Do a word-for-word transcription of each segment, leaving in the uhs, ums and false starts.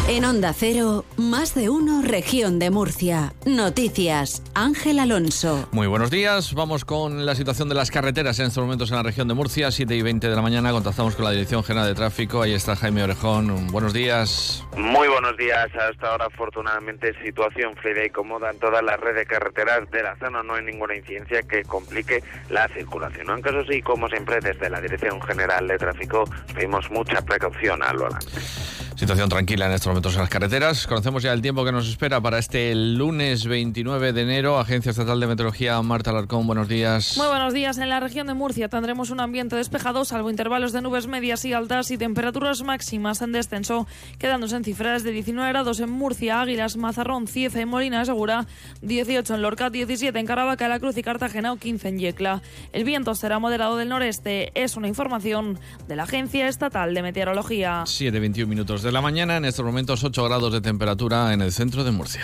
En Onda Cero, más de uno, región de Murcia. Noticias, Ángel Alonso. Muy buenos días, vamos con la situación de las carreteras en estos momentos en la región de Murcia, siete y veinte de la mañana, contactamos con la Dirección General de Tráfico, ahí está Jaime Orejón, buenos días. Muy buenos días, hasta ahora afortunadamente situación fluida y cómoda en toda la red de carreteras de la zona, no hay ninguna incidencia que complique la circulación, aunque eso sí, como siempre, desde la Dirección General de Tráfico pedimos mucha precaución al volante. Situación tranquila en estos momentos en las carreteras. Conocemos ya el tiempo que nos espera para este lunes veintinueve de enero. Agencia Estatal de Meteorología, Marta Alarcón, buenos días. Muy buenos días. En la región de Murcia tendremos un ambiente despejado, salvo intervalos de nubes medias y altas y temperaturas máximas en descenso, quedándose en cifras de diecinueve grados en Murcia, Águilas, Mazarrón, Cieza y Molina de Segura, dieciocho en Lorca, diecisiete en Caravaca, La Cruz y Cartagena o quince en Yecla. El viento será moderado del noreste. Es una información de la Agencia Estatal de Meteorología. siete veintiuno minutos de la mañana, en estos momentos ocho grados de temperatura en el centro de Murcia.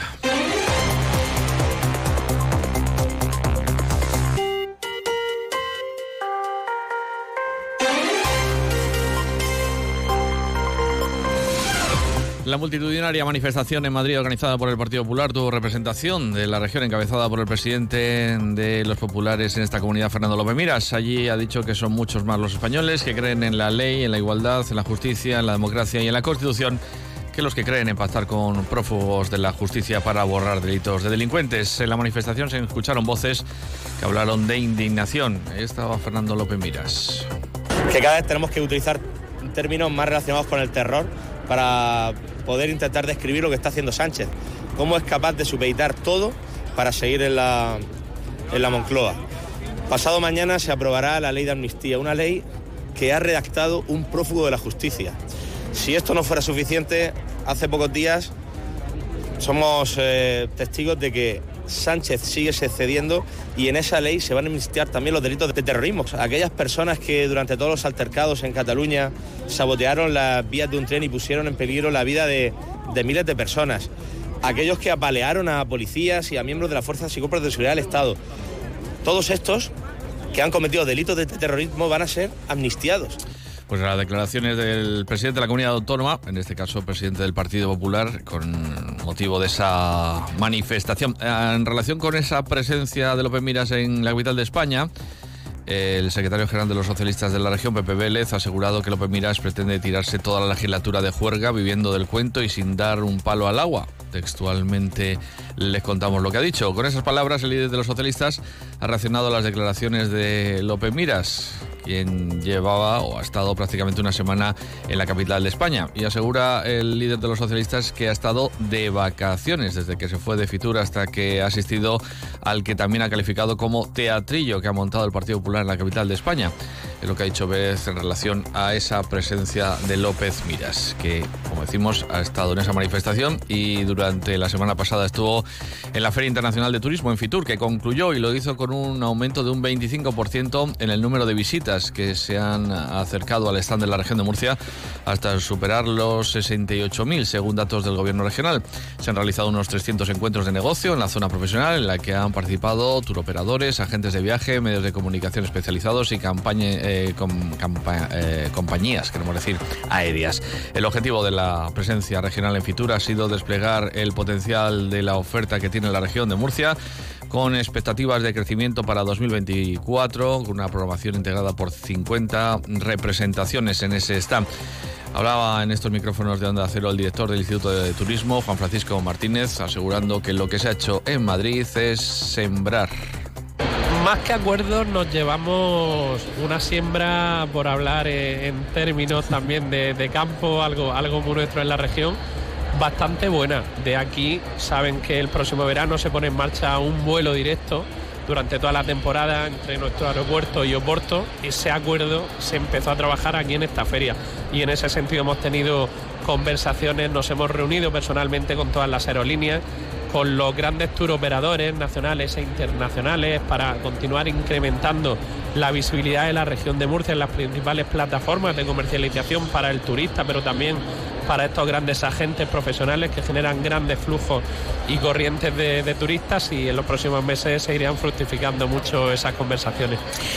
La multitudinaria manifestación en Madrid organizada por el Partido Popular tuvo representación de la región encabezada por el presidente de los populares en esta comunidad, Fernando López Miras. Allí ha dicho que son muchos más los españoles que creen en la ley, en la igualdad, en la justicia, en la democracia y en la Constitución que los que creen en pactar con prófugos de la justicia para borrar delitos de delincuentes. En la manifestación se escucharon voces que hablaron de indignación. Ahí estaba Fernando López Miras. Que cada vez tenemos que utilizar términos más relacionados con el terror para poder intentar describir lo que está haciendo Sánchez. Cómo es capaz de supeditar todo para seguir en la, en la Moncloa. Pasado mañana se aprobará la ley de amnistía, una ley que ha redactado un prófugo de la justicia. Si esto no fuera suficiente, hace pocos días somos eh, testigos de que Sánchez sigue cediendo y en esa ley se van a amnistiar también los delitos de terrorismo. Aquellas personas que durante todos los altercados en Cataluña sabotearon las vías de un tren y pusieron en peligro la vida de, de miles de personas. Aquellos que apalearon a policías y a miembros de las fuerzas y cuerpos de seguridad del Estado. Todos estos que han cometido delitos de terrorismo van a ser amnistiados. Pues las declaraciones del presidente de la comunidad autónoma, en este caso presidente del Partido Popular, con motivo de esa manifestación. En relación con esa presencia de López Miras en la capital de España, el secretario general de los socialistas de la región, Pepe Vélez, ha asegurado que López Miras pretende tirarse toda la legislatura de juerga viviendo del cuento y sin dar un palo al agua. Textualmente les contamos lo que ha dicho. Con esas palabras, el líder de los socialistas ha reaccionado a las declaraciones de López Miras, quien llevaba o ha estado prácticamente una semana en la capital de España. Y asegura el líder de los socialistas que ha estado de vacaciones desde que se fue de Fitur hasta que ha asistido al que también ha calificado como teatrillo que ha montado el Partido Popular en la capital de España. Es lo que ha dicho Vélez en relación a esa presencia de López Miras, que, como decimos, ha estado en esa manifestación y durante la semana pasada estuvo en la Feria Internacional de Turismo en Fitur, que concluyó y lo hizo con un aumento de un veinticinco por ciento en el número de visitas que se han acercado al stand de la región de Murcia hasta superar los sesenta y ocho mil, según datos del gobierno regional. Se han realizado unos trescientos encuentros de negocio en la zona profesional, en la que han participado turoperadores, agentes de viaje, medios de comunicación especializados y campaña, eh, com, campa, eh, compañías, queremos decir, aéreas. El objetivo de la presencia regional en Fitur ha sido desplegar el potencial de la oferta que tiene la región de Murcia, con expectativas de crecimiento para dos mil veinticuatro, con una programación integrada por cincuenta representaciones en ese stand. Hablaba en estos micrófonos de Onda Cero el director del Instituto de Turismo, Juan Francisco Martínez, asegurando que lo que se ha hecho en Madrid es sembrar. Más que acuerdos, nos llevamos una siembra, por hablar en términos también de, de campo, algo, algo muy nuestro en la región, bastante buena. De aquí saben que el próximo verano se pone en marcha un vuelo directo durante toda la temporada entre nuestro aeropuerto y Oporto. Ese acuerdo se empezó a trabajar aquí en esta feria y en ese sentido hemos tenido conversaciones, nos hemos reunido personalmente con todas las aerolíneas, con los grandes tour operadores nacionales e internacionales para continuar incrementando la visibilidad de la región de Murcia en las principales plataformas de comercialización para el turista, pero también para estos grandes agentes profesionales que generan grandes flujos y corrientes de, de turistas, y en los próximos meses se irán fructificando mucho esas conversaciones.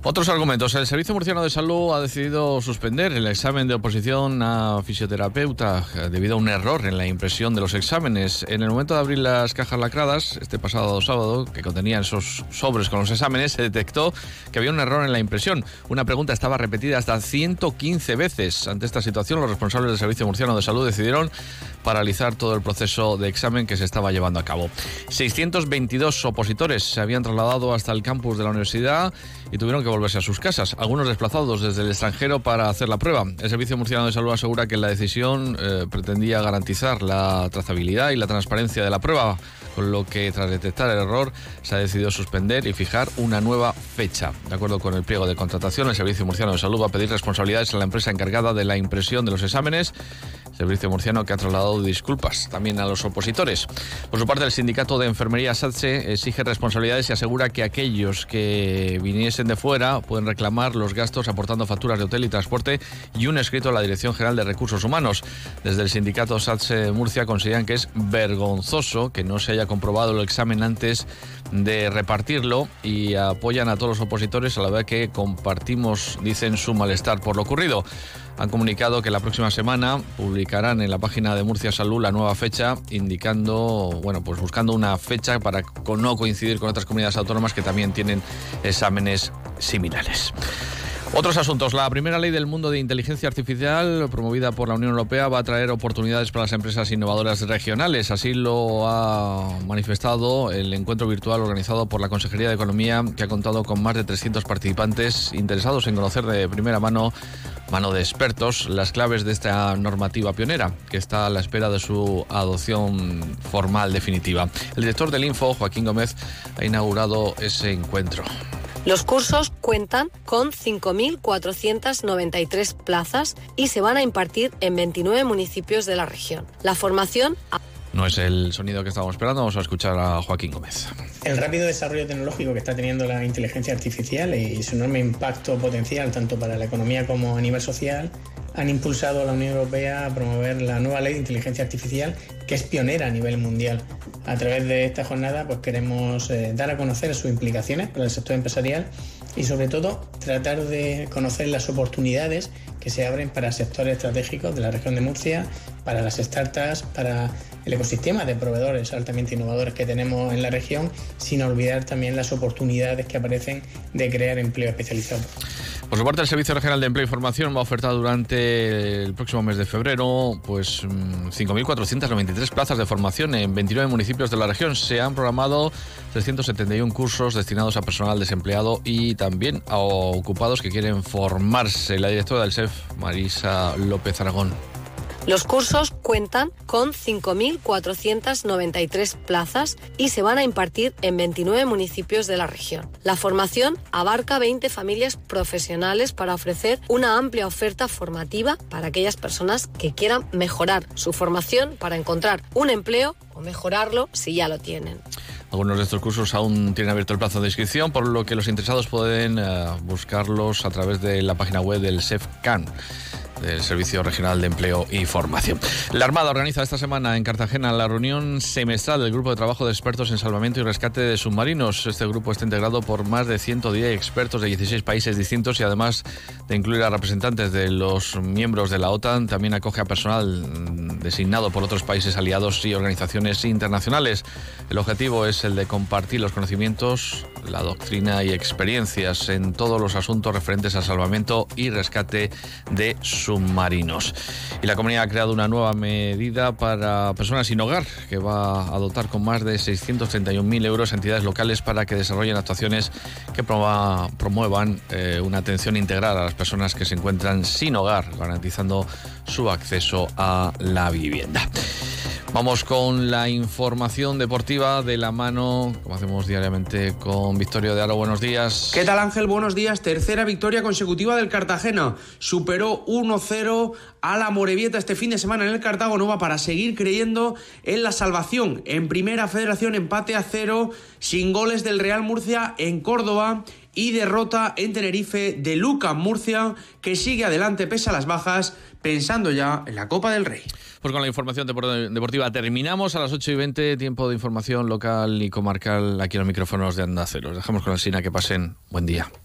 Otros argumentos. El Servicio Murciano de Salud ha decidido suspender el examen de oposición a fisioterapeuta debido a un error en la impresión de los exámenes. En el momento de abrir las cajas lacradas, este pasado sábado, que contenían esos sobres con los exámenes, se detectó que había un error en la impresión. Una pregunta estaba repetida hasta ciento quince veces. Ante esta situación, los responsables del Servicio Murciano de Salud decidieron paralizar todo el proceso de examen que se estaba llevando a cabo. seiscientos veintidós opositores se habían trasladado hasta el campus de la universidad y tuvieron que volverse a sus casas, algunos desplazados desde el extranjero para hacer la prueba. El Servicio Murciano de Salud asegura que la decisión eh, pretendía garantizar la trazabilidad y la transparencia de la prueba, con lo que tras detectar el error se ha decidido suspender y fijar una nueva fecha. De acuerdo con el pliego de contratación, el Servicio Murciano de Salud va a pedir responsabilidades a la empresa encargada de la impresión de los exámenes. Servicio Murciano que ha trasladado disculpas también a los opositores. Por su parte, el sindicato de enfermería SATSE exige responsabilidades y asegura que aquellos que viniesen de fuera pueden reclamar los gastos aportando facturas de hotel y transporte y un escrito a la Dirección General de Recursos Humanos. Desde el sindicato SATSE Murcia consideran que es vergonzoso que no se haya comprobado el examen antes de repartirlo y apoyan a todos los opositores a la vez que compartimos, dicen, su malestar por lo ocurrido. Han comunicado que la próxima semana publicarán en la página de Murcia Salud la nueva fecha, indicando, bueno, pues buscando una fecha para no coincidir con otras comunidades autónomas que también tienen exámenes similares. Otros asuntos. La primera ley del mundo de inteligencia artificial, promovida por la Unión Europea, va a traer oportunidades para las empresas innovadoras regionales. Así lo ha manifestado el encuentro virtual organizado por la Consejería de Economía, que ha contado con más de trescientos participantes interesados en conocer de primera mano, mano de expertos, las claves de esta normativa pionera, que está a la espera de su adopción formal definitiva. El director del Info, Joaquín Gómez, ha inaugurado ese encuentro. Los cursos cuentan con cinco mil cuatrocientas noventa y tres plazas y se van a impartir en veintinueve municipios de la región. La formación... No es el sonido que estábamos esperando, vamos a escuchar a Joaquín Gómez. El rápido desarrollo tecnológico que está teniendo la inteligencia artificial y su enorme impacto potencial tanto para la economía como a nivel social han impulsado a la Unión Europea a promover la nueva ley de inteligencia artificial, que es pionera a nivel mundial. A través de esta jornada pues queremos eh, dar a conocer sus implicaciones para el sector empresarial y sobre todo tratar de conocer las oportunidades que se abren para sectores estratégicos de la región de Murcia, para las startups, para el ecosistema de proveedores altamente innovadores que tenemos en la región, sin olvidar también las oportunidades que aparecen de crear empleo especializado. Por su parte, el Servicio Regional de Empleo e Formación va a ofertar durante el próximo mes de febrero pues cinco mil cuatrocientas noventa y tres plazas de formación en veintinueve municipios de la región. Se han programado trescientos setenta y uno cursos destinados a personal desempleado y también a ocupados que quieren formarse. La directora del S E F, Marisa López Aragón. Los cursos cuentan con cinco mil cuatrocientas noventa y tres plazas y se van a impartir en veintinueve municipios de la región. La formación abarca veinte familias profesionales para ofrecer una amplia oferta formativa para aquellas personas que quieran mejorar su formación para encontrar un empleo o mejorarlo si ya lo tienen. Algunos de estos cursos aún tienen abierto el plazo de inscripción, por lo que los interesados pueden uh, buscarlos a través de la página web del S E F C A N, del Servicio Regional de Empleo y Formación. La Armada organiza esta semana en Cartagena la reunión semestral del Grupo de Trabajo de Expertos en Salvamento y Rescate de Submarinos. Este grupo está integrado por más de ciento diez expertos de dieciséis países distintos y además de incluir a representantes de los miembros de la OTAN, también acoge a personal designado por otros países aliados y organizaciones internacionales. El objetivo es el de compartir los conocimientos, la doctrina y experiencias en todos los asuntos referentes al salvamento y rescate de submarinos. Y la comunidad ha creado una nueva medida para personas sin hogar que va a dotar con más de seiscientos treinta y un mil euros a entidades locales para que desarrollen actuaciones que promueva, promuevan eh, una atención integral a las personas que se encuentran sin hogar, garantizando su acceso a la vivienda. Vamos con la información deportiva de la mano, como hacemos diariamente, con Victorio de Aro. Buenos días. ¿Qué tal, Ángel? Buenos días. Tercera victoria consecutiva del Cartagena. Superó uno cero a la Morevieta este fin de semana en el Cartago Nova para seguir creyendo en la salvación. En Primera Federación, empate a cero, sin goles del Real Murcia en Córdoba y derrota en Tenerife de Lucas Murcia, que sigue adelante pese a las bajas, pensando ya en la Copa del Rey. Pues con la información deportiva terminamos. A las ocho y veinte, tiempo de información local y comarcal aquí en los micrófonos de Onda Cero. Los dejamos con la Sina, que pasen buen día.